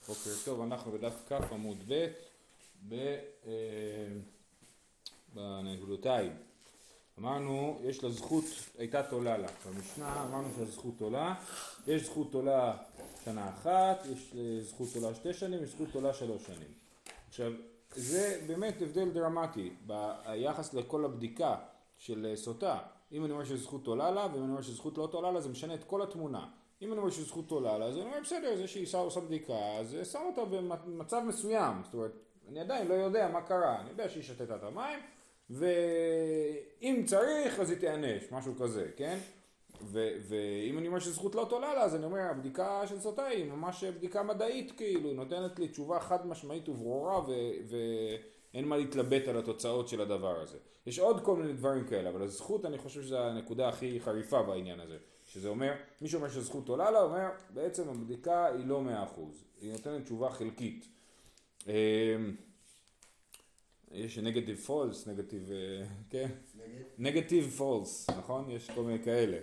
בוקר טוב, אנחנו בדף כ' עמוד ב' בנקודותיים. אמרנו, יש לה זכות, הייתה תולה לה. במשנה אמרנו שהזכות עולה, יש זכות עולה שנה אחת, יש זכות עולה 2 שנים, יש זכות עולה 3 שנים. עכשיו, זה באמת הבדל דרמטי ביחס לכל הבדיקה של סוטה. אם אני אומר שזכות עולה לה, ואם אני אומר שזכות לא עולה לה, זה משנה את כל התמונה. אם אני אומר שזכות עולה לה, אז אני אומר בסדר, זה שהיא עושה בדיקה, אז שם אותה במצב מסוים. זאת אומרת, אני עדיין לא יודע מה קרה, אני יודע שהיא שתתה את המים, ואם צריך אז היא תיענש, משהו כזה, כן? ואם אני אומר שזכות לא עולה לה, אז אני אומר, הבדיקה של סוטה היא ממש בדיקה מדעית, כאילו, נותנת לי תשובה חד משמעית וברורה, ואין מה להתלבט על התוצאות של הדבר הזה. יש עוד כל מיני דברים כאלה, אבל הזכות אני חושב שזו הנקודה הכי חריפה בעניין הזה. שזה אומר, מי שאומר שזכות עולה לה, אומר, בעצם הבדיקה היא לא 100%, היא נותנת תשובה חלקית. יש נגטיב פולס, נגטיב, כן? נגטיב פולס, נכון? יש כל מיני כאלה.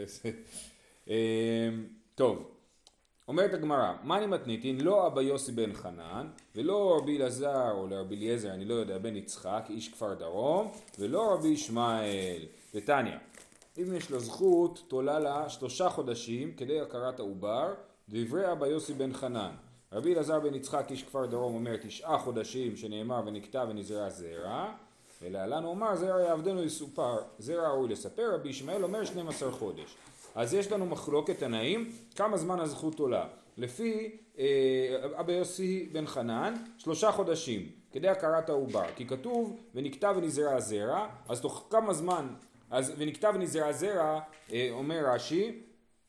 טוב, אומרת הגמרא, מה מתניתין? לא אבא יוסי בן חנן, ולא רבי אלעזר או לרבי אליעזר, אני לא יודע, בן יצחק, איש כפר דרום, ולא רבי ישמעאל. ותניא, אם יש לה זכות, תולה לה 3 חודשים כדי הכרת העובר, דברי אבא יוסי בן חנן. רבי אלעזר בן יצחק איש כפר דרום אומר 9 חודשים שנאמר ונקטע ונזרע זרע, ולהלן הוא אומר זרע יעבדנו יסופר, זרע ראוי לספר. רבי ישמעאל אומר 12 חודש. אז יש לנו מחלוקת תנאים, כמה זמן הזכות עולה. לפי אבא יוסי בן חנן 3 חודשים כדי הכרת העובר, כי כתוב ונקטע ונזרע זרע, אז תוך כמה זמן, אז ונקטע ונזרע זרע, אומר רש"י,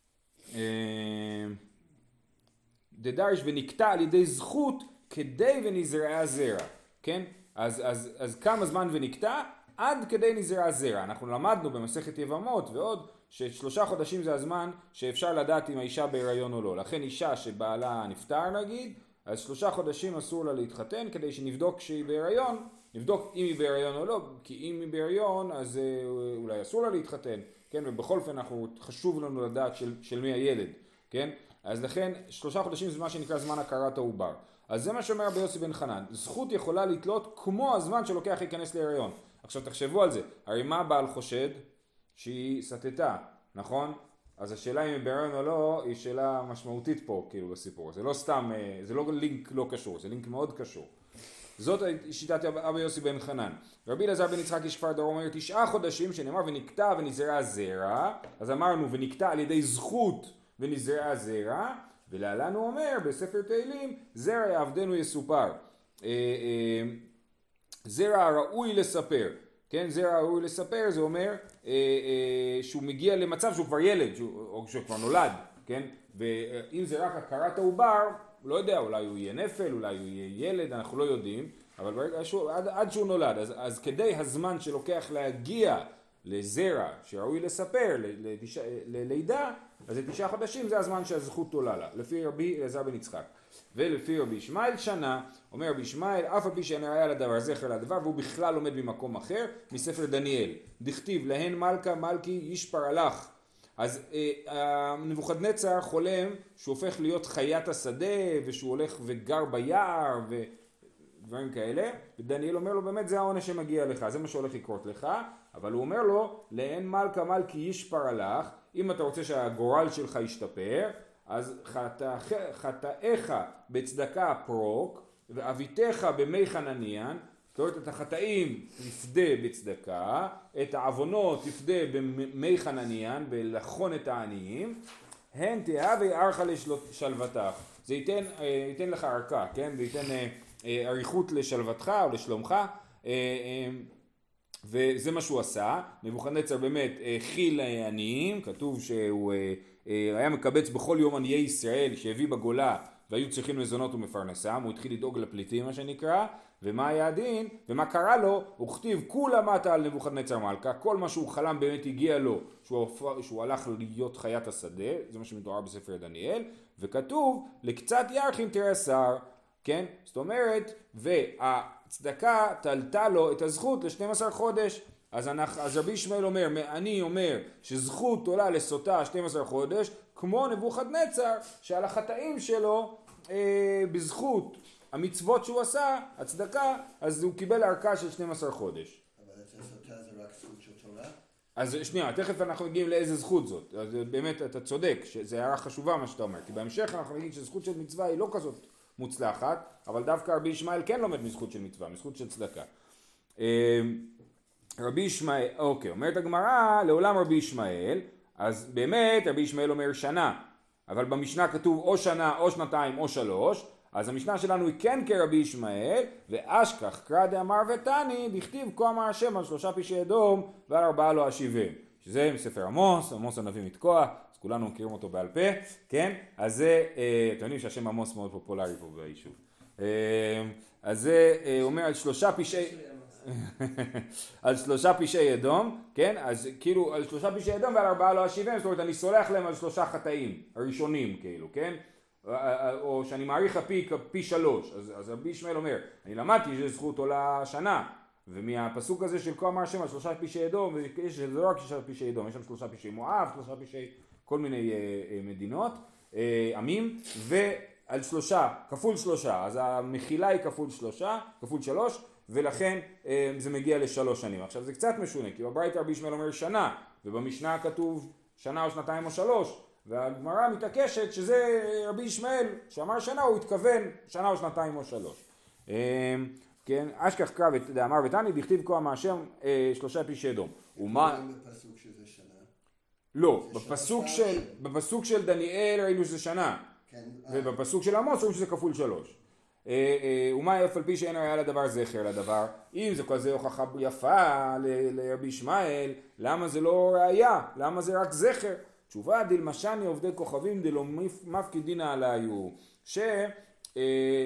דדרש ונקטע על ידי זכות כדי ונזרע זרע, כן? אז כמה זמן ונקטע? עד כדי נזרע זרע. אנחנו למדנו במסכת יבמות ועוד ש3 חודשים זה הזמן שאפשר לדעת אם האישה בהיריון או לא. לכן אישה שבעלה נפטר נגיד, אז 3 חודשים אסור לה להתחתן כדי שנבדוק שהיא בהיריון, נבדוק אם היא בהיריון או לא, כי אם היא בהיריון אז אולי אסור לה להתחתן, כן? ובכל אופן חשוב לנו לדעת של מי הילד, כן? אז לכן 3 חודשים זה מה שנקרא זמן הכרת העובר. אז זה מה שאומר רבי יוסי בן חנן, זכות יכולה לתלות כמו הזמן שלוקח להיכנס להיריון. עכשיו תחשבו על זה, הרי מה בעל חושד? שהיא סטתה, נכון? אז השאלה אם היא בהיריון או לא היא שאלה משמעותית פה כאילו בסיפור, זה לא סתם, זה לא לינק לא קשור, זה לינק מאוד קשור. זאת שיטת אבא יוסי בן חנן. רבי אלעזר בן יצחק איש כפר דרום אומר 9 חודשים שנאמר ונקטע ונזרע זרע, אז אמרנו ונקטע על ידי זכות ונזרע זרע, ולהלן הוא אומר בספר תהילים זרע יעבדנו יסופר, זרע ראוי לספר, כן? זרע ראוי לספר זה אומר שהוא מגיע למצב שהוא כבר ילד או שהוא כבר נולד, כן? ואם זה רק הכרת העובר, לא יודע, אולי הוא יהיה נפל, אולי הוא יהיה ילד, אנחנו לא יודעים, אבל עד שהוא נולד, אז כדי הזמן שלוקח להגיע לזרע שראוי לספר, ללידה, אז זה 9 חודשים, זה הזמן שהזכות עולה לה, לפי רבי אלעזר בן יצחק. ולפי רבי ישמעאל שנה, אומר רבי ישמעאל, אף על פי שאין ראיה לדבר זכר לדבר, והוא בכלל לומד במקום אחר, מספר דניאל. דכתיב, להן מלכה מלכי ישפר הלך. אז נבוכדנצר חולם שהוא הופך להיות חיית השדה, ושהוא הולך וגר ביער, ודברים כאלה. ודניאל אומר לו, באמת זה העונש שמגיע לך, זה מה שהולך לקרות לך. אבל הוא אומר לו, להן מלכה מלכי ישפר הלך, אם אתה רוצה שהגורל שלך ישתפר, אז חטאיך בצדקה פרוק, ואביתך במי חנניאן, זאת אומרת את החטאים תפדה בצדקה, את העוונות תפדה במי חנניאן, בלחון את העניים, הן תהווה ארכה לשלוותך. זה ייתן לך ארכה, כן? זה ייתן אריכות לשלוותך או לשלומך, וזה מה שהוא עשה. נבוכדנצר באמת הכיל עניים, כתוב שהוא היה מקבץ בכל יום עניי ישראל שהביא בגולה והיו צריכים מזונות ומפרנסם, הוא התחיל לדאוג לפליטים מה שנקרא, ומה היה הדין, ומה קרה לו, הוא כתיב כולה מתה על נבוכדנצר מלכה, כל מה שהוא חלם באמת הגיע לו, שהוא הלך להיות חיית השדה, זה מה שמתואר בספר דניאל, וכתוב לקצת ירחים תרסר, כן? זאת אומרת, והצדקה תלתה לו את הזכות ל12 חודש, אז רבי ישמעאל אומר, אני אומר שזכות עולה לסוטה 12 חודש, כמו נבוכדנצר שעל החטאים שלו בזכות המצוות שהוא עשה, הצדקה, אז הוא קיבל ארכה של 12 חודש. אבל זה סוטה זה רק זכות של תורה? אז שנייה, תכף אנחנו מגיעים לאיזה זכות זאת. אז באמת אתה צודק, זה הערה חשובה מה שאתה אומר, כי בהמשך אנחנו נגיד שזכות של מצווה היא לא כזאת מוצלחת, אבל דווקא רבי ישמעאל כן לומד מזכות של מצווה, מזכות של צדקה. רבי ישמעאל, אוקיי, אומרת הגמרא, לעולם רבי ישמעאל, אז באמת רבי ישמעאל אומר שנה, אבל במשנה כתוב או שנה או שנתיים או 3, אז המשנה שלנו היא כן כרבי ישמעאל, ואשכח קרא דאמר ותני, דכתיב כה אמר השם על 3 פשעי אדום ועל 4 לא אשיבם. שזה מספר עמוס, עמוס הנביא מתקוע, אז כולנו מכירים אותו בעל פה, כן? אז זה, אתם יודעים שהשם עמוס מאוד פופולרי פה ביישוב. אז זה אומר על 3 פשעי... על 3 פשעי אדום, כן? אז כאילו על 3 פשעי אדום ועל 4 לא אשיבם, זאת אומרת אני סולח להם על 3 חטאים הראשונים כאילו, כן? או שאני מעריך פי 3, אז רבי ישמעאל אומר, אני למדתי שיש זכות עולה שנה, ומהפסוק הזה של כה אמר השם על 3 פשעי אדום, זה לא רק 3 פשעי אדום, יש שם 3 פשעי מואב, 3 פשעי כל מיני מדינות, עמים, ועל 3, כפול 3, אז המחילה היא כפול 3, ולכן זה מגיע ל3 שנים. עכשיו זה קצת משונה, כי בברייתא רבי ישמעאל אומר שנה, ובמשנה כתוב שנה או שנתיים או 3, והגמרא מתעקשת שזה רבי ישמעאל שאמר שנה, הוא התכוון שנה או שנתיים או 3. כן, אשכח קרא דאמר ותני, דכתיב כה אמר השם 3 פשעי אדום. ומה? בפסוק שזה שנה? לא, בפסוק של דניאל ראינו שזה שנה, ובפסוק של עמוס ראינו שזה כפול 3. ומה אף על פי שאין ראיה לדבר זכר לדבר, אם זה כזה הוכחה יפה לרבי ישמעאל, למה זה לא ראיה? למה זה רק זכר? תשובה דלמשני עובדי כוכבים דלא מפקידינה עליו, שאולי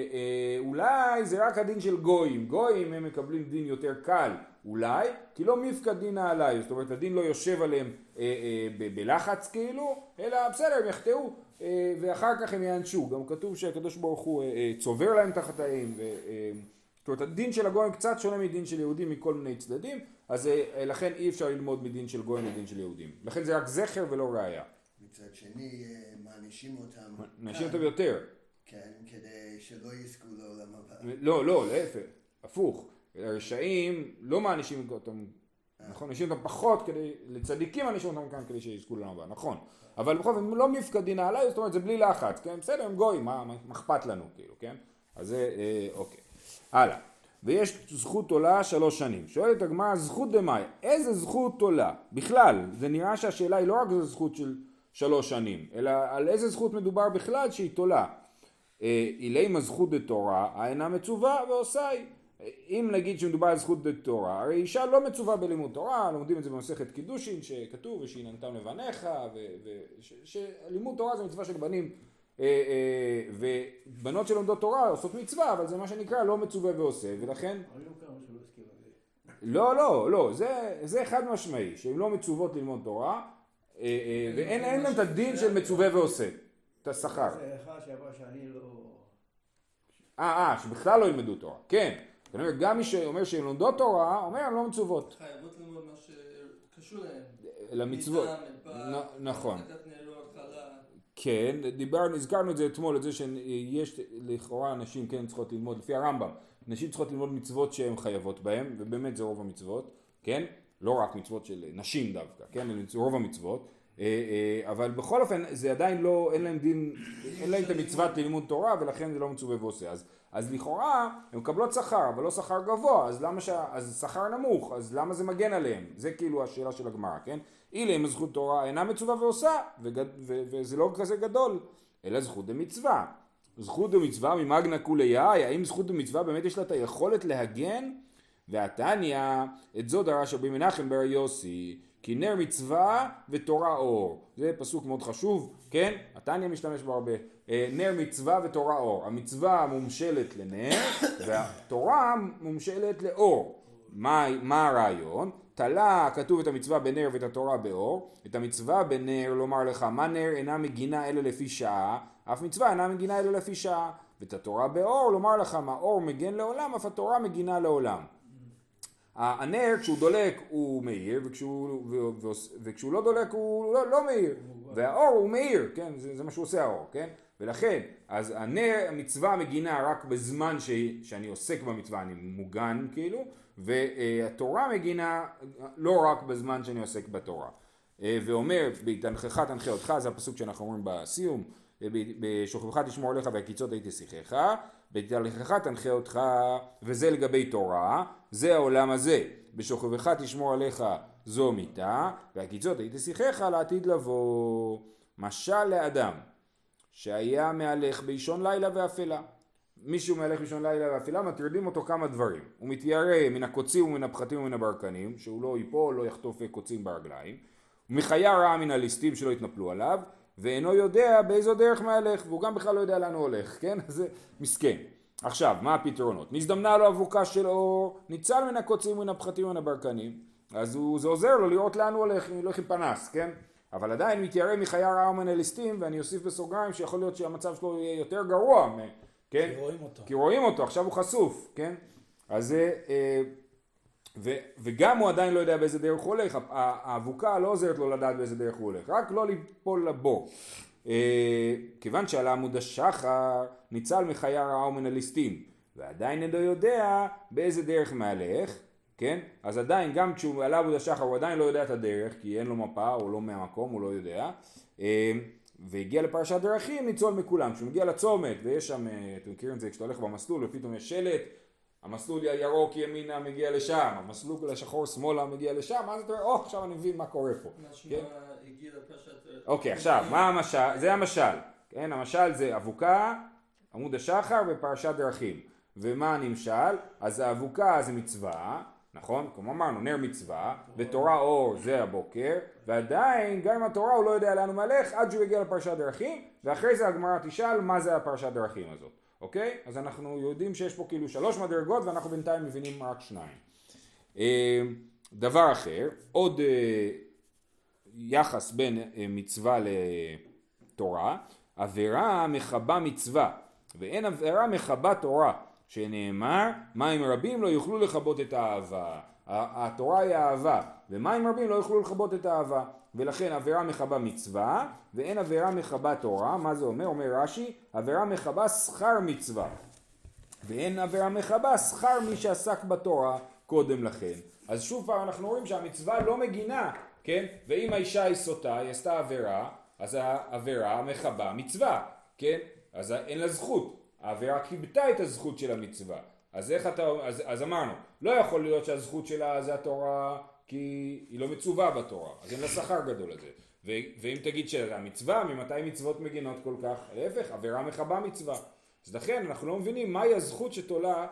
זה רק הדין של גויים, גויים הם מקבלים דין יותר קל, אולי, כי לא מפקדינה עליו, זאת אומרת הדין לא יושב עליהם בלחץ כאילו, אלא בסדר הם יחטאו ואחר כך הם יענשו, גם כתוב שהקדוש ברוך הוא צובר להם את החטאים, זאת אומרת הדין של הגויים קצת שונה מדין של יהודים מכל מיני צדדים, אז לכן אי אפשר ללמוד מדין של גויים מדין של יהודים, לכן זה רק זכר ולא ראיה. מצד שני מענישים אותם, מענישים אותם יותר, כן, כדי שלא יזכו לעולם הבא. לא, להפך, הפוך, הרשעים לא מענישים אותם, נכון, מענישים אותם פחות, לצדיקים מענישים אותם כאן כדי שיזכו לעולם הבא, נכון, אבל בכל זאת הם לא מפקדינה עליי, זאת אומרת זה בלי לחץ, כן, בסדר, הם גויים, מה אכפת לנו כאילו, כן, אז זה, אוקיי, הלאה. ויש זכות עולה 3 שנים. שואלת הגמרא, זכות דמאי, איזה זכות עולה? בכלל, זה נראה שהשאלה היא לא רק זכות של 3 שנים, אלא על איזה זכות מדובר בכלל שהיא תולה. אילמה זכות דתורה, אינה מצווה ועושה היא. אם נגיד שמדובר על זכות דתורה, הרי אישה לא מצווה בלימוד תורה, לומדים את זה במסכת קידושין שכתוב ושהיננתם לבניך, שלימוד תורה זה מצווה של בנים, ובנות שלומדות תורה עושות מצווה, אבל זה מה שנקרא לא מצווה ועושה, ולכן... לא, זה חד משמעי, שהן לא מצוות ללמוד תורה, ואין להם את הדין של מצווה ועושה, את השכר. זה אחד שאמר שאני לא... שבכלל לא ילמדו תורה, כן. גם מי שאומר שהן לומדות תורה, אומר הן לא מצוות. חייבות ללמוד מה שקשור להן. למצוות, נכון. כן, הזכרנו את זה אתמול, את זה שיש לכאורה אנשים כן צריכות ללמוד, לפי הרמב"ם, נשים צריכות ללמוד מצוות שהן חייבות בהן, ובאמת זה רוב המצוות, כן? לא רק מצוות של נשים דווקא, כן? זה רוב המצוות, אבל בכל אופן זה עדיין לא, אין להם דין, אין להם את המצוות ללימוד תורה, ולכן זה לא מצווה ועושה. אז לכאורה הם מקבלות שכר, אבל לא שכר גבוה, אז שכר נמוך, אז למה זה מגן עליהם? זה כאילו השאלה של הגמרא, כן? אילם זכות תורה אינה מצווה ועושה, וזה לא כזה גדול, אלא זכות דמצווה. זכות דמצווה ממגנא כולי, האם זכות דמצווה באמת יש לה את היכולת להגן? והתניא, את זו דרש רבי מנחם בר יוסי, כי נר מצווה ותורה אור. זה פסוק מאוד חשוב, כן? התניא משתמש בו הרבה. נר מצווה ותורה אור. המצווה מומשלת לנר, והתורה מומשלת לאור. מה הרעיון? תלה כתוב את המצווה בנר ואת התורה באור. את המצווה בנר לומר לך, מה נר אינה מגינה אלא לפי שעה, אף מצווה אינה מגינה אלא לפי שעה. ואת התורה באור לומר לך, מה אור מגן לעולם, אף התורה מגינה לעולם. הנר כשהוא דולק הוא מאיר, וכשהוא לא דולק הוא לא מאיר, והאור הוא מאיר, כן? זה מה שהוא עושה האור, כן? ולכן, אז המצווה מגינה רק בזמן שאני עוסק במצווה, אני מוגן כאילו, והתורה מגינה לא רק בזמן שאני עוסק בתורה. ואומר, בהתנחך תנחה אותך, זה הפסוק שאנחנו אומרים בסיום, בשוכבך תשמור עליך והקיצות הייתי שיחך, בהתנחך תנחה אותך, וזה לגבי תורה, זה העולם הזה, בשוכבך תשמור עליך זו מיתה, והקיצות הייתי שיחך לעתיד לבוא. משל לאדם שהיה מהלך באישון לילה ואפלה. מישהו מהלך באישון לילה ואפלה, מטרידים אותו כמה דברים. הוא מתיירא מן הקוצים ומן הפחתים ומן הברקנים, שהוא לא ייפול, לא יחטוף קוצים ברגליים. הוא מחיה רעה מן הליסטים שלא יתנפלו עליו, ואינו יודע באיזו דרך מהלך, והוא גם בכלל לא יודע לאן הוא הולך, כן? זה מסכן. עכשיו, מה הפתרונות? נזדמנה לו אבוקה של אור, ניצל מן הקוצים ומן הפחתים ומן הברקנים, אז זה עוזר לו לראות לאן הוא הולך, הוא הולך עם פנס, כן? אבל עדיין מתיירא מחיה רעה מן הליסטים, ואני אוסיף בסוגריים שיכול להיות שהמצב שלו יהיה יותר גרוע, כן? כי רואים אותו, עכשיו הוא חשוף, כן? אז זה, וגם הוא עדיין לא יודע באיזה דרך הוא הולך, האבוקה לא עוזרת לו לדעת באיזה דרך הוא הולך, רק לא ליפול לבור. כיוון שעל עמוד השחר ניצל מחיה רעה ומן הליסטים, ועדיין אינו יודע באיזה דרך מהלך, כן? אז עדיין גם כשהוא על עמוד השחר הוא עדיין לא יודע את הדרך, כי אין לו מפה, הוא לא מהמקום, הוא לא יודע. והגיע לפרשת דרכים ניצול מכולם. כשהוא מגיע לצומת ויש שם, אתם מכירים את זה, כשאתה הולך במסלול ופתאום יש שלט, המסלול הירוק ימינה מגיע לשם, המסלול השחור שמאלה מגיע לשם, אז אתה אומר, עכשיו אני מבין מה קורה פה. משמע הגיע לפרשת... אוקיי, עכשיו, מה המשל? זה המשל. כן, המשל זה אבוקה, עמוד השחר ופרשת דרכים. ומה הנמשל? אז האבוקה זה מצווה, נכון? כמו אמרנו, נר מצווה, ותורה אור זה הבוקר, ועדיין גם עם התורה הוא לא יודע לאן הוא מלך עד שהוא יגיע לפרשת דרכים, ואחרי זה הגמרא תשאל מה זה הפרשת דרכים הזאת. אוקיי? אז אנחנו יודעים שיש פה כאילו 3 מדרגות ואנחנו בינתיים מבינים רק 2. דבר אחר, עוד יחס בין מצווה לתורה, עבירה מחבה מצווה, ואין עבירה מחבה תורה, שנאמר מים רבים לא יוכלו לכבות את האהבה. התורה היא האהבה, ומים רבים לא יוכלו לכבות את האהבה, ולכן עבירה מחבה מצווה ואין עבירה מחבה תורה. מה זה אומר? אומר רש"י, עבירה מחבה שכר מצווה, ואין עבירה מחבה שכר מי שעסק בתורה קודם לכן. אז שוב פעם אנחנו רואים שהמצווה לא מגינה, כן? ואם האישה היא סוטה, היא עשתה עבירה, אז העבירה מחבה מצווה, כן? אז אין לה זכות, העבירה קיבתה את הזכות של המצווה. אז איך אתה, אז אמרנו, לא יכול להיות שהזכות שלה זה התורה, כי היא לא מצווה בתורה, אז אין לה שכר גדול לזה. ואם תגיד שהמצווה, ממתי מצוות מגינות כל כך? להפך, עבירה מחבה מצווה. אז לכן אנחנו לא מבינים מהי הזכות שתולה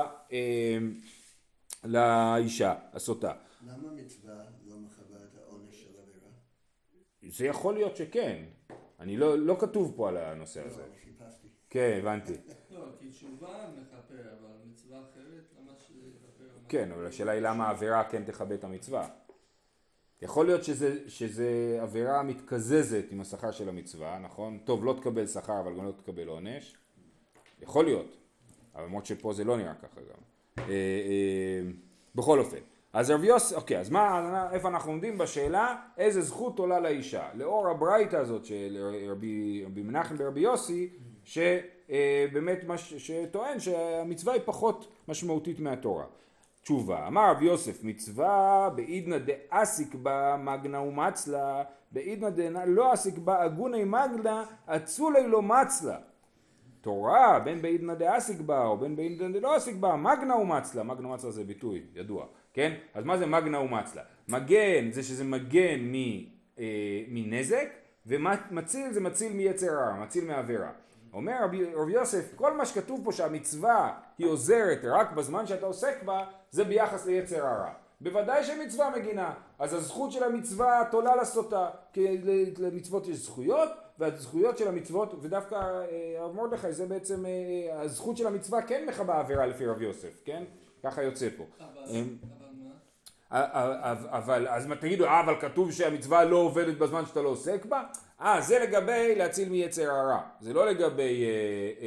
לאישה, הסוטה. למה מצווה לא מחבה את העונש של עבירה? זה יכול להיות שכן. אני לא כתוב פה על הנושא הזה. חיפשתי. כן, הבנתי. לא, כי תשובה מכפר, אבל מצווה אחרת, למה שיכפר? כן, אבל השאלה היא למה העבירה כן תכבה את המצווה. יכול להיות שזה עבירה מתקזזת עם השכר של המצווה, נכון? טוב, לא תקבל שכר, אבל גם לא תקבל עונש. יכול להיות. אבל למרות שפה זה לא נראה ככה גם. בכל אופן. אז רבי יוסי, אוקיי, אז איפה אנחנו עומדים בשאלה? איזה זכות עולה לאישה? לאור הברייתא הזאת של רבי מנחם ברבי יוסי, שבאמת שטוען שהמצווה היא פחות משמעותית מהתורה. תשובה, אמר רבי יוסף, מצווה בעידנא דאסיק בה מגנא ומצלה, בעידנא דלא אסיק בה אגוני מגנא אצולי לא מצלה. תורה, בין בעידנא דאסיק בה או בין בעידנא דלא אסיק בה, מגנא ומצלה. מגנא ומצלה זה ביטוי ידוע, כן? אז מה זה מגנא ומצלה? מגן זה שזה מגן מנזק, ומציל זה מציל מיצר הרע, מציל מעבירה. אומר רבי יוסף, כל מה שכתוב פה שהמצווה היא עוזרת רק בזמן שאתה עוסק בה, זה ביחס ליצר הרע. בוודאי שמצווה מגינה, אז הזכות של המצווה תולה לסוטה, כי למצוות יש זכויות, והזכויות של המצוות, ודווקא הרב מרדכי, זה בעצם הזכות של המצווה כן מכבה עבירה לפי רבי יוסף, כן? ככה יוצא פה. אבל אז תגידו, אבל כתוב שהמצווה לא עובדת בזמן שאתה לא עוסק בה? זה לגבי להציל מיצר הרע, זה לא לגבי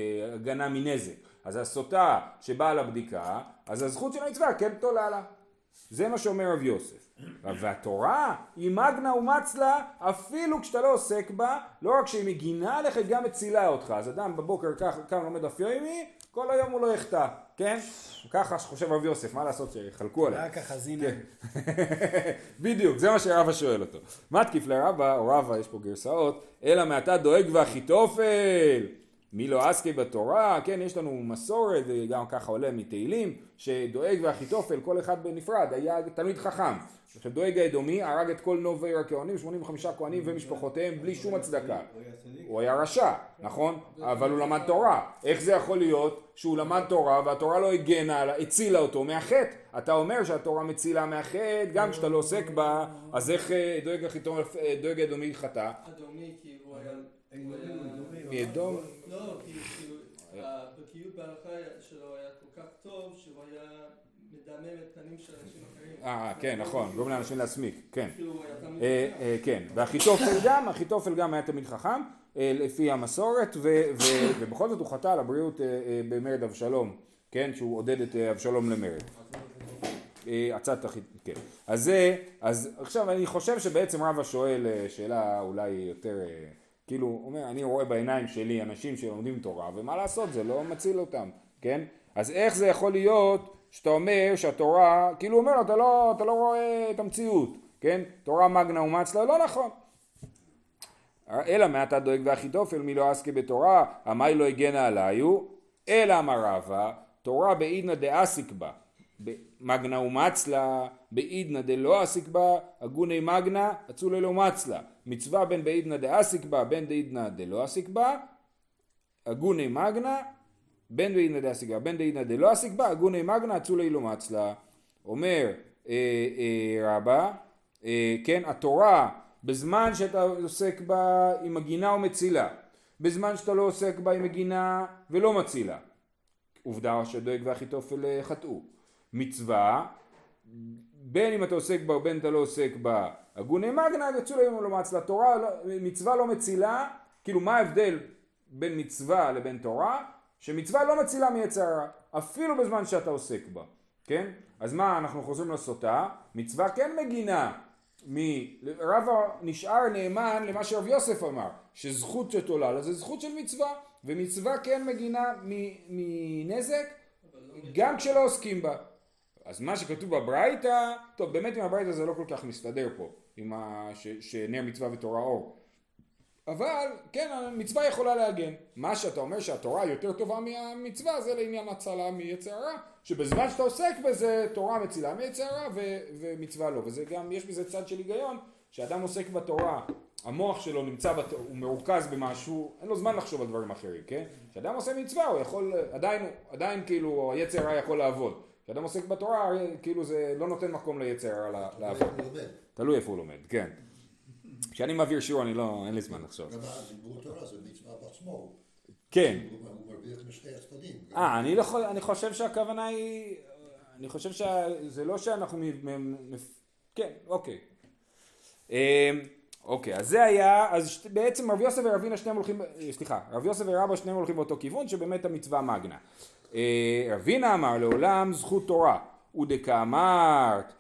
הגנה מנזק. אז הסוטה שבאה לבדיקה, אז הזכות של המצווה כן תולה לה. זה מה שאומר רב יוסף. והתורה היא מגנה ומצלה אפילו כשאתה לא עוסק בה, לא רק שהיא מגינה עליך, היא גם מצילה אותך. אז אדם בבוקר כאן לומד דף יומי, כל היום הוא לא יחטא, כן? ככה חושב רב יוסף, מה לעשות שיחלקו עליו? רק החזינה. בדיוק, זה מה שרבא שואל אותו. מה תקיף לרבא, או רבא, יש פה גרסאות, אלא מעתה דואג ואחיתופל. מי לא עסקי בתורה, כן, יש לנו מסורת, וגם ככה עולה מתהילים, שדואג ואחיתופל, כל אחד בנפרד, היה תלמיד חכם. עכשיו דואג האדומי הרג את כל נובי הכהנים, 85 כהנים ומשפחותיהם בלי שום הצדקה. הוא היה רשע, נכון? אבל הוא למד תורה. איך זה יכול להיות שהוא למד תורה והתורה לא הגנה, הצילה אותו מהחטא? אתה אומר שהתורה מצילה מהחטא, גם כשאתה לא עוסק בה, אז איך דואג האדומי חטא? אדומי כי הוא היה... מאדום? לא, כאילו, הבקיאות בהלכה שלו היה כל כך טוב שהוא היה מדמם את פנים של אנשים אחרים. כן, נכון, גורם לאנשים להסמיק, כן. כאילו הוא היה תמיד... כן, והאחיתופל גם היה תמיד חכם, לפי המסורת, ובכל זאת הוא חטא על הבריאות במרד אבשלום, כן, שהוא עודד את אבשלום למרד. כן. אז עכשיו אני חושב שבעצם רבא שואל שאלה אולי יותר... כאילו, הוא אומר, אני רואה בעיניים שלי אנשים שלומדים תורה, ומה לעשות, זה לא מציל אותם, כן? אז איך זה יכול להיות שאתה אומר שהתורה, כאילו הוא אומר, אתה לא רואה את המציאות, כן? תורה מגנה ומצלה, לא נכון. אלא מעתה דואג ואחיתופל, מי לא עסקי בתורה, המאי לא הגנה עליו, אלא אמר רבא, תורה בעידנא דעסיק בה, מגנה ומצלה, בעידנא דלא עסיק בה, הגוני מגנה, אצולי לא מצלה. מצווה בין בעידנא דעסיק בה, בין בעידנא דלא עסיק בה, הגוני מגנה, בין בעידנא דעסיק בה, בין בעידנא דלא עסיק בה, הגוני מגנה, אצולי לא מצלה. אומר רבא, כן, התורה, בזמן שאתה עוסק בה, היא מגינה ומצילה. בזמן שאתה לא עוסק בה, היא מגינה ולא מצילה. עובדה שדואג ואחיתופל חטאו. מצווה, בין אם אתה עוסק בה ובין אתה לא עוסק בה, הגוני מגנה, אצולי לא מצלה. תורה, מצווה לא מצילה, כאילו מה ההבדל בין מצווה לבין תורה? שמצווה לא מצילה מיצר הרע, אפילו בזמן שאתה עוסק בה, כן? אז מה, אנחנו חוזרים לסוטה, מצווה כן מגינה, רבא נשאר נאמן למה שרב יוסף אמר, שזכות שתולה, זה זכות של מצווה, ומצווה כן מגינה מנזק, גם כשלא עוסקים בה. אז מה שכתוב בברייתא, טוב באמת עם הברייתא זה לא כל כך מסתדר פה, עם שנר מצווה ותורה אור. אבל כן, המצווה יכולה להגן. מה שאתה אומר שהתורה יותר טובה מהמצווה, זה לעניין הצלה מיצר הרע, שבזמן שאתה עוסק בזה, תורה מצילה מיצר הרע ומצווה לא. וזה גם, יש בזה צד של היגיון, שאדם עוסק בתורה, המוח שלו נמצא, הוא מרוכז במשהו, אין לו זמן לחשוב על דברים אחרים, כן? כשאדם עושה מצווה, הוא יכול, עדיין כאילו היצר הרע יכול לעבוד. כשאדם עוסק בתורה, כאילו זה לא נותן מקום ליצר הרע לעבוד. תלוי איפה הוא לומד, כן. כשאני מעביר שיעור, אין לי זמן לחשוב. גם הדיבור תורה זה מצווה בעצמו. כן. הוא מרוויח משתי הצדדים. אני חושב שהכוונה היא, אני חושב שזה לא שאנחנו, כן, אוקיי. אוקיי, אז זה היה, אז בעצם רב יוסף ורבינה שניהם הולכים, רב יוסף ורבא שניהם הולכים באותו כיוון, שבאמת המצווה מגנה. רבינה אמר לעולם זכות תורה, ודקאמרת,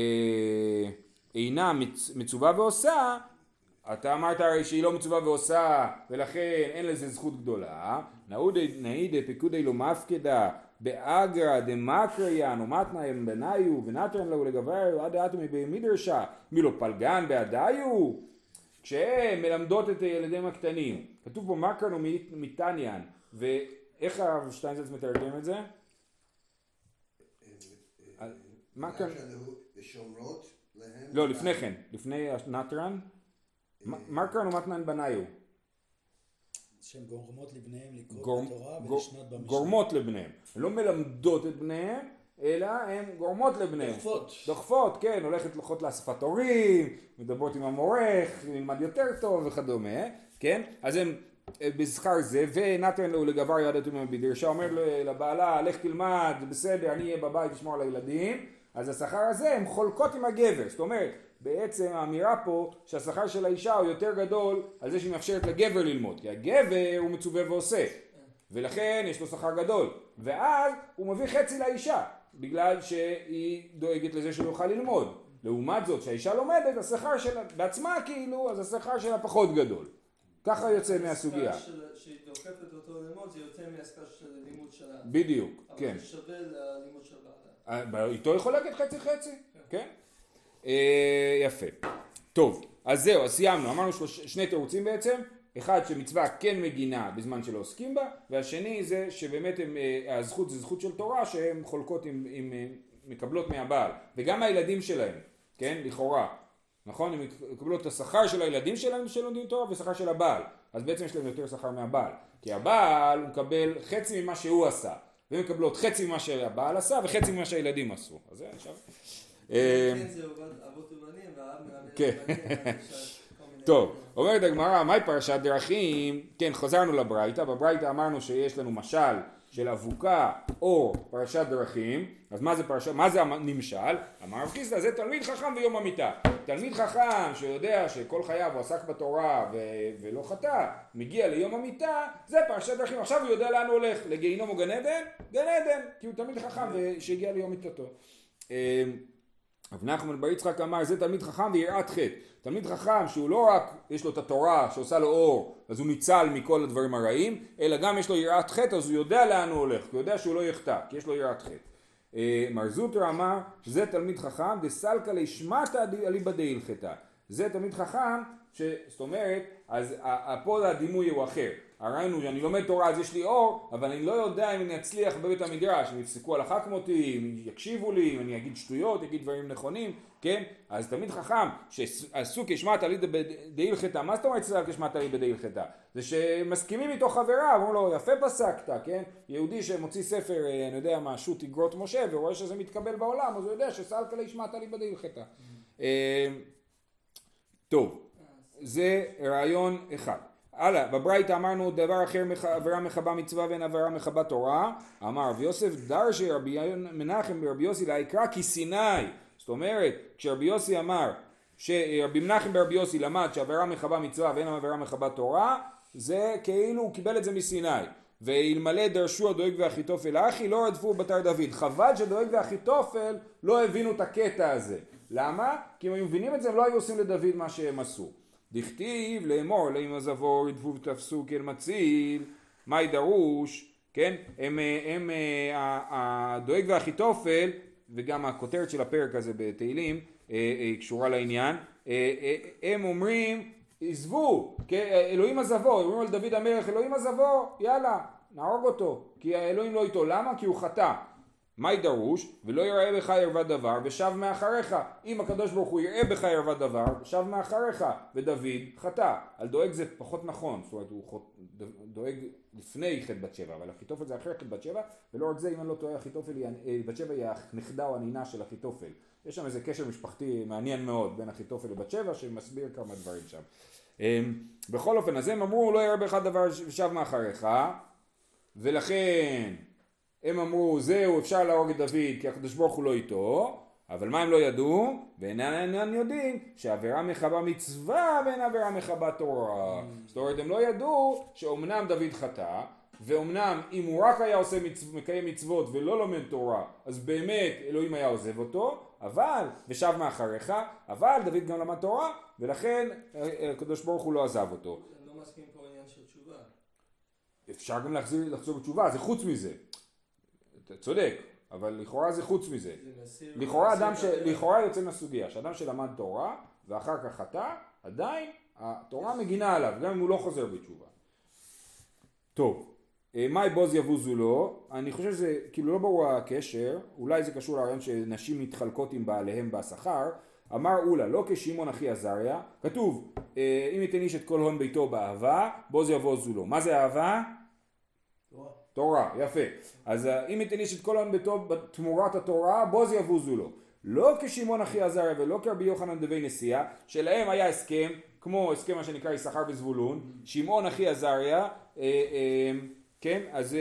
אינה מצווה ועושה, אתה אמרת הרי שהיא לא מצווה ועושה ולכן אין לזה זכות גדולה. נעיד פיקודי לא מפקדה באגרא דמקריין ומתנאי בניו ונתרן לו לגבר עד אטומי במדרשה מילו פלגן בעדיו. כשהם מלמדות את ילדיהם הקטנים, כתוב פה מקרן ומתעניין, ואיך הרב שטיינזלץ מתרגם את זה? מקרן ושומרות להם... לא, לפני כן, לפני נתרן, מקרן ומתנאי בניו. שהן גורמות לבניהם לקרוא בתורה ולשנות במשנה. גורמות לבניהם, הן לא מלמדות את בניהם, אלא הן גורמות לבניהם. דוחפות, כן, הולכות לאספת הורים, מדברות עם המורך, נלמד יותר טוב וכדומה, כן? אז הם בשכר זה, ונתן לו לגבר ידעתו מבדרשה, אומר לבעלה, לך תלמד, זה בסדר, אני אהיה בבית לשמור על הילדים, אז השכר הזה הם חולקות עם הגבר, זאת אומרת, בעצם האמירה פה שהשכר של האישה הוא יותר גדול על זה שהיא מאפשרת לגבר ללמוד, כי הגבר הוא מצווה ועושה, ולכן יש לו שכר גדול, ואז הוא מביא חצי לאישה, בגלל שהיא דואגת לזה שהוא יוכל ללמוד. לעומת זאת, שהאישה לומדת, השכר שלה בעצמה כאילו, אז השכר שלה פחות גדול. ככה יוצא מהסוגיה. שהיא דוחפת אותו ללמוד, זה יותר מהשכר של הלימוד שלה. בדיוק, כן. אבל זה שווה ללימוד של בעלה. איתו היא חולקת חצי חצי, כן? יפה. טוב, אז זהו, אז סיימנו. אמרנו שני תירוצים בעצם. אחד שמצווה כן מגינה בזמן שלא עוסקים בה, והשני זה שבאמת הזכות זה זכות של תורה שהן חולקות עם מקבלות מהבעל, וגם הילדים שלהם, כן, לכאורה, נכון? הם מקבלות את השכר של הילדים שלהם שלומדים תורה ושכר של הבעל, אז בעצם יש להם יותר שכר מהבעל, כי הבעל הוא מקבל חצי ממה שהוא עשה, והם מקבלות חצי ממה שהבעל עשה וחצי ממה שהילדים עשו, אז זה עכשיו. כן, זה אבות ובנים, והאב מלמד בנים. טוב, אומרת הגמרא, מהי פרשת דרכים? כן, חזרנו לברייתא, בברייתא אמרנו שיש לנו משל של אבוקה או פרשת דרכים, אז מה זה הנמשל? אמר רב חיסדא, זה תלמיד חכם ביום המיתה. תלמיד חכם שיודע שכל חייו הוא עסק בתורה ולא חטא, מגיע ליום המיתה, זה פרשת דרכים. עכשיו הוא יודע לאן הוא הולך, לגיהינום או גן עדן? גן עדן, כי הוא תלמיד חכם שהגיע ליום מיתתו. רב נחמן בר יצחק אמר, זה תלמיד חכם ויראת חטא. תלמיד חכם שהוא לא רק יש לו את התורה שעושה לו אור, אז הוא ניצל מכל הדברים הרעים, אלא גם יש לו יראת חטא, אז הוא יודע לאן הוא הולך, הוא יודע שהוא לא יחטא, כי יש לו יראת חטא. מר זוטר אמר, זה תלמיד חכם, דסלקא לישמטא אליבא דהילכתא. זה תלמיד חכם, זאת אומרת, אז פה הדימוי הוא אחר. הראינו שאני לומד תורה אז יש לי אור, אבל אני לא יודע אם אני אצליח בבית המדרש, אם יפסקו הלכה כמותי, אם יקשיבו לי, אם אני אגיד שטויות, אגיד דברים נכונים, כן? אז תלמיד חכם שעשו כשמטא אליבא דהילכתא, מה זאת אומרת כשמטא אליבא דהילכתא? זה שמסכימים איתו חבריו, אומרים לו יפה פסקת, כן? יהודי שמוציא ספר, אני יודע מה, שו"ת איגרות משה, ורואה שזה מתקבל בעולם, אז הוא יודע שסלקא לישמטא אליבא דהילכתא. טוב, זה רעיון אחד. הלאה, בברייתא אמרנו דבר אחר עבירה מחבה מצווה ואין עבירה מחבה תורה. אמר רב יוסף דרשי רבי מנחם ברבי יוסי להיקרא כסיני. זאת אומרת, כשרבי יוסי אמר שרבי מנחם ברבי יוסי למד שעבירה מחבה מצווה ואין עבירה מחבה תורה, זה כאילו הוא קיבל את זה מסיני. ואלמלא דרשו הדואג ואחיתופל אחי לא רדפו בתר דוד. חבל שדואג ואחיתופל לא הבינו את הקטע הזה. למה? כי אם היו מבינים את זה הם לא היו עושים לדוד מה שהם עשו. דכתיב לאמור לאמא זבור רדפו ותפסו כאל מציל, מה ידרוש, כן? הם הדואג ואחיתופל, וגם הכותרת של הפרק הזה בתהילים קשורה לעניין, הם אומרים עזבו, אלוהים עזבו, אומרים על דוד המלך אלוהים עזבו, יאללה נהרוג אותו, כי האלוהים לא איתו, למה? כי הוא חטא. מה ידרוש? ולא יראה בך ערוות דבר ושב מאחריך. אם הקדוש ברוך הוא יראה בך ערוות דבר שב מאחריך, ודוד חטא. על דואג זה פחות נכון, זאת אומרת הוא דואג לפני חטא בת שבע, אבל אחיתופל זה אחרי חטא בת שבע, ולא רק זה, אם אני לא טועה, בת שבע היא הנכדה או הנינה של אחיתופל. יש שם איזה קשר משפחתי מעניין מאוד בין אחיתופל לבת שבע שמסביר כמה דברים שם. בכל אופן, אז הם אמרו לא יראה בך דבר שב מאחריך, ולכן הם אמרו זהו אפשר להרוג את דוד כי הקדוש ברוך הוא לא איתו, אבל מה הם לא ידעו? ואינם יודעים שעבירה מחבה מצווה ואין עבירה מחבה תורה. זאת אומרת הם לא ידעו שאומנם דוד חטא, ואומנם אם הוא רק היה עושה מקיים מצוות ולא לומד תורה אז באמת אלוהים היה עוזב אותו, אבל ושב מאחריך, אבל דוד גם למד תורה ולכן הקדוש ברוך הוא לא עזב אותו. אני לא מסכים פה עניין של תשובה. אפשר גם לחזור בתשובה, זה חוץ מזה. אתה צודק, אבל לכאורה זה חוץ מזה. לכאורה יוצא מהסוגיה, שאדם שלמד תורה ואחר כך חטא, עדיין התורה מגינה עליו, גם אם הוא לא חוזר בתשובה. טוב, מאי בוז יבוזו לו, אני חושב שזה כאילו לא ברור הקשר, אולי זה קשור לרעיון שנשים מתחלקות עם בעליהם בשכר, אמר אולה, לא כשמעון אחי עזריה, כתוב, אם ייתן איש את כל הון ביתו באהבה, בוז יבוזו לו. מה זה אהבה? תורה, יפה. אז אם ייתן איש את כל הון ביתו בתמורת התורה, בוז יבוזו לו. לא כשמעון אחי עזריה ולא כרבי יוחנן דבי נשיאה, שלהם היה הסכם, כמו הסכם מה שנקרא יששכר וזבולון, שמעון אחי עזריה, כן, אז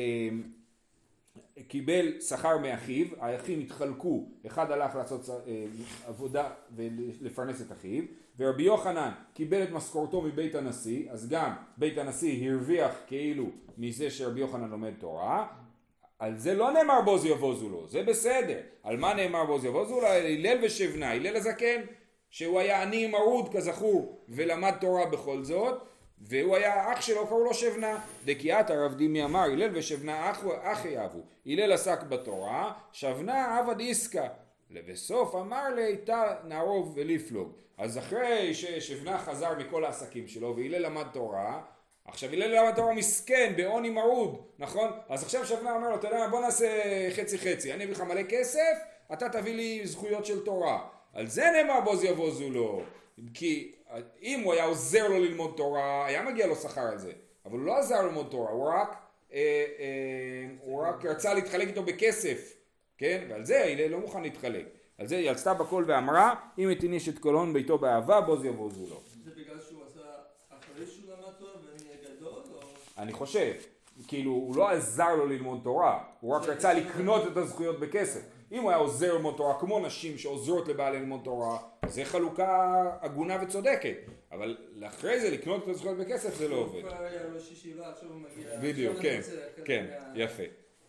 קיבל שכר מאחיו, האחים התחלקו, אחד הלך לעשות עבודה ולפרנס את אחיו, ורבי יוחנן קיבל את משכורתו מבית הנשיא, אז גם בית הנשיא הרוויח כאילו מזה שרבי יוחנן לומד תורה, על זה לא נאמר בוז יבוזו לו, זה בסדר. על מה נאמר בוז יבוזו לו? הלל ושבנה, הלל הזקן, שהוא היה עני מרוד כזכור, ולמד תורה בכל זאת, והוא היה אח שלו, קראו לו שבנה. דקיאת הרב דימי אמר, הלל ושבנה אחי אבו. הלל עסק בתורה, שבנה עבד עסקה. לבסוף אמר לי, תא נערוב ולפלוג. אז אחרי ששבנה חזר מכל העסקים שלו, והלל למד תורה, עכשיו הלל למד תורה מסכן, בעוני מרוד, נכון? אז עכשיו שבנה אומר לו, אתה יודע, בוא נעשה חצי חצי, אני אביא לך מלא כסף, אתה תביא לי זכויות של תורה. על זה נאמר בוז יבוזו לו. כי אם הוא היה עוזר לו ללמוד תורה, היה מגיע לו שכר על זה. אבל הוא לא עזר ללמוד תורה, הוא רק רצה להתחלק איתו בכסף. כן? ועל זה הלל לא מוכן להתחלק. על זה היא עשתה בקול ואמרה, אם תניש את כל הון ביתו באהבה, בוז יבוזו לו. זה בגלל שהוא עשה אחרי שהוא למד תורה ונהיה גדול? או... אני חושב. כאילו, הוא לא עזר לו ללמוד תורה. הוא רק רצה לקנות את הזכויות בכסף. אם הוא היה עוזר ללמוד תורה, כמו נשים שעוזרות לבעל ללמוד תורה, זה חלוקה הגונה וצודקת. אבל לאחרי זה לקנות את הזכויות בכסף זה לא עובד. הוא כבר היה ראש ישיבה, עכשיו הוא מגיע... בדיוק, כן, כן, יפה.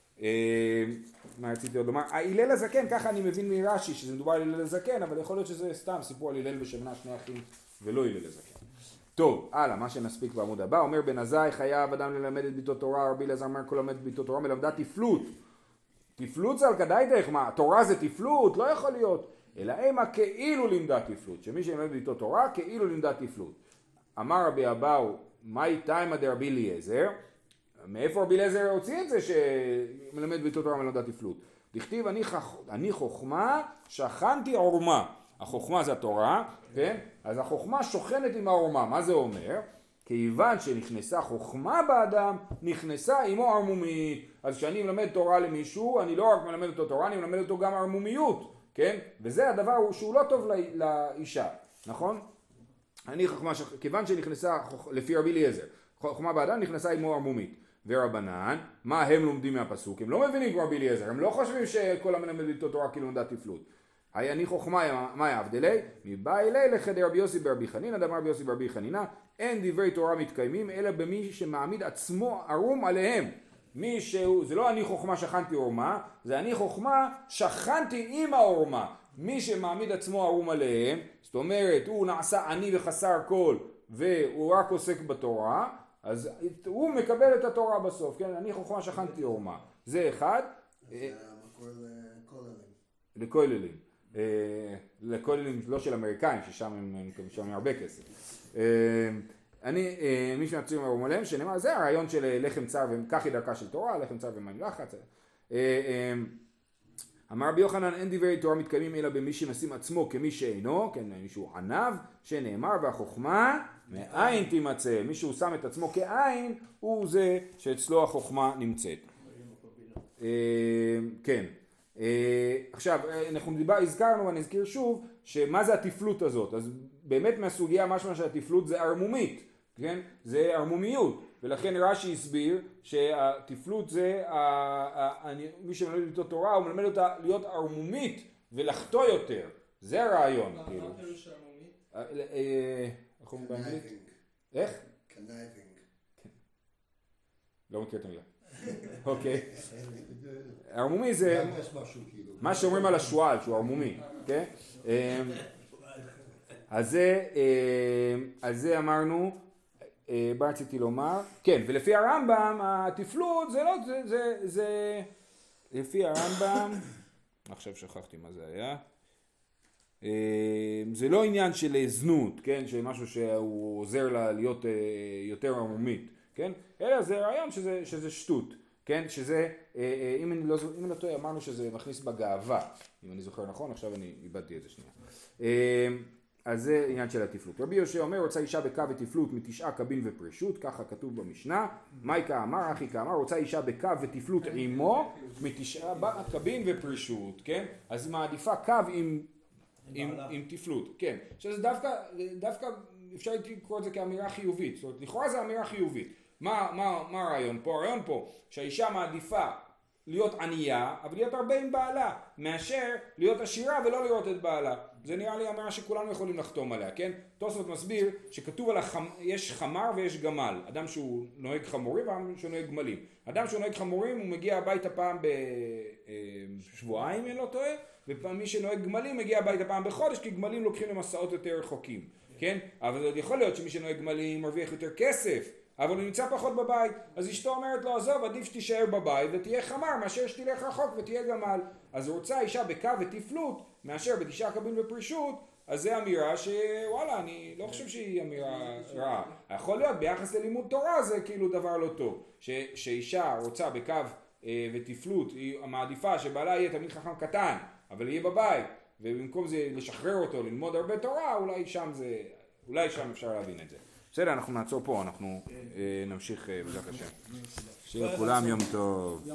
מה רציתי עוד לומר? הלל הזקן, ככה אני מבין מרש"י שזה מדובר על הלל הזקן, אבל יכול להיות שזה סתם סיפור על הלל ושבנה שני אחים ולא הלל הזקן. טוב, הלאה, מה שנספיק בעמוד הבא, אומר בן עזאי חייב אדם ללמד את ביתו תורה, רבי אלעזר אומר כל למד את ביתו תורה מלמדה תפלות. תפלות זה על כדאי דרך מה? תורה זה תפלות? לא יכול להיות. אלא אימה כאילו לימדה תפלות, שמי שלמד ביתו תורה כאילו לימדה תפלות. אמר רבי אבאו, מהי תימא דרבי אליעזר? מאיפה רבי אליעזר הוציא את זה שמלמד ביתו תורה מלמדה תפלות? דכתיב אני חוכמה שכנתי עורמה. החוכמה זה התורה, כן? אז החוכמה שוכנת עם העורמה. מה זה אומר? כיוון שנכנסה חוכמה באדם, נכנסה עמו ערמומית. אז כשאני מלמד תורה למישהו, אני לא רק מלמד אותו תורה, אני מלמד אותו גם ערמומיות, כן? וזה הדבר שהוא לא טוב לאישה, נכון? אני חוכמה, כיוון שנכנסה, לפי רבי אליעזר, חוכמה באדם נכנסה עמו ערמומית. ורבנן, מה הם לומדים מהפסוק? הם לא מבינים כמו רבי אליעזר, הם לא חושבים שכל המלמד ביתו תורה כאילו למדה תפלות. היי אני חוכמה, מה יעבדלי? מבא אלי לחדר רבי יוסי ברבי חנינא, דאמר רבי יוסי ברבי חנינא, אין דברי תורה מתקיימים אלא במי שמעמיד עצמו ערום עליהם. זה לא אני חוכמה שכנתי עורמה, זה אני חוכמה שכנתי עם העורמה. מי שמעמיד עצמו ערום עליהם, זאת אומרת הוא נעשה עני וחסר כל והוא רק עוסק בתורה, אז הוא מקבל את התורה בסוף, כן? אני חוכמה שכנתי עורמה. זה אחד. זה המקור לכוללים. לכוללים לא של אמריקאים, ששם הם הרבה כסף. מי שמעצים ערום עליהם, שנאמר, זה הרעיון של לחם צר, וכך היא דרכה של תורה, לחם צר ומים לחץ. אמר רבי יוחנן, אין דברי תורה מתקיימים אלא במי שנשים עצמו כמי שאינו, כן, מישהו ענב, שנאמר, והחוכמה מאין תימצא. מי שהוא שם את עצמו כעין, הוא זה שאצלו החוכמה נמצאת. כן. עכשיו, אנחנו הזכרנו ואני אזכיר שוב, שמה זה התפלות הזאת? אז באמת מהסוגיה משמע שהתפלות זה ערמומית, כן? זה ערמומיות. ולכן רש"י הסביר שהתפלות זה, מי שמלמד איתו תורה, הוא מלמד אותה להיות ערמומית ולחטוא יותר. זה הרעיון. מה פירוש ערמומית? איך אומרים באנגלית? איך? קנייבינג. לא מכיר את המילה. אוקיי. ערמומי זה מה שאומרים על השועל, שהוא ערמומי. אז זה אמרנו, מה רציתי לומר? כן, ולפי הרמב"ם, התפלות זה לא, זה לפי הרמב"ם, עכשיו שכחתי מה זה היה, זה לא עניין של זנות, כן, שמשהו שהוא עוזר לה להיות יותר ערמומית, כן, אלא זה רעיון שזה שטות, כן, שזה, אם אני לא טועה, אמרנו שזה מכניס בגאווה, אם אני זוכר נכון, עכשיו אני איבדתי את זה שנייה. אז זה עניין של התפלות. רבי יהושע אומר, רוצה אישה בקו ותפלות מתשעה קבין ופרישות, ככה כתוב במשנה. מייקה אמר, אחי כאמר, רוצה אישה בקו ותפלות עמו מתשעה קבין ופרישות, כן? אז היא מעדיפה קו עם תפלות, כן. שזה דווקא אפשר לקרוא את זה כאמירה חיובית, זאת אומרת, לכאורה זה אמירה חיובית. מה הרעיון פה? הרעיון פה שהאישה מעדיפה להיות ענייה, אבל להיות הרבה עם בעלה, מאשר להיות עשירה ולא לראות את בעלה. זה נראה לי אמירה שכולנו יכולים לחתום עליה, כן? תוספות מסביר שכתוב על יש חמר ויש גמל. אדם שהוא נוהג חמורים ואדם שהוא נוהג גמלים. אדם שהוא נוהג חמורים הוא מגיע הביתה פעם בשבועיים, אני לא טועה, ומי שנוהג גמלים מגיע הביתה פעם בחודש, כי גמלים לוקחים למסעות יותר רחוקים, כן? אבל עוד יכול להיות שמי שנוהג גמלים מרוויח יותר כסף, אבל הוא נמצא פחות בבית, אז אשתו אומרת לו, עזוב, עדיף שתישאר בבית ותהיה חמר מאשר שתלך רחוק ותהיה גמל. אז רוצה אישה בקו ותפלות מאשר בתשעה קבין ופרישות, אז זה אמירה שוואלה, אני לא חושב שהיא אמירה רעה. יכול להיות, ביחס ללימוד תורה זה כאילו דבר לא טוב, שאישה רוצה בקו ותפלות, היא מעדיפה שבעלה יהיה תמיד חכם קטן, אבל יהיה בבית, ובמקום זה לשחרר אותו, ללמוד הרבה תורה, אולי שם אפשר להבין את זה. בסדר, אנחנו נעצור פה, אנחנו נמשיך בעזרת השם. שיהיה לכולם יום טוב.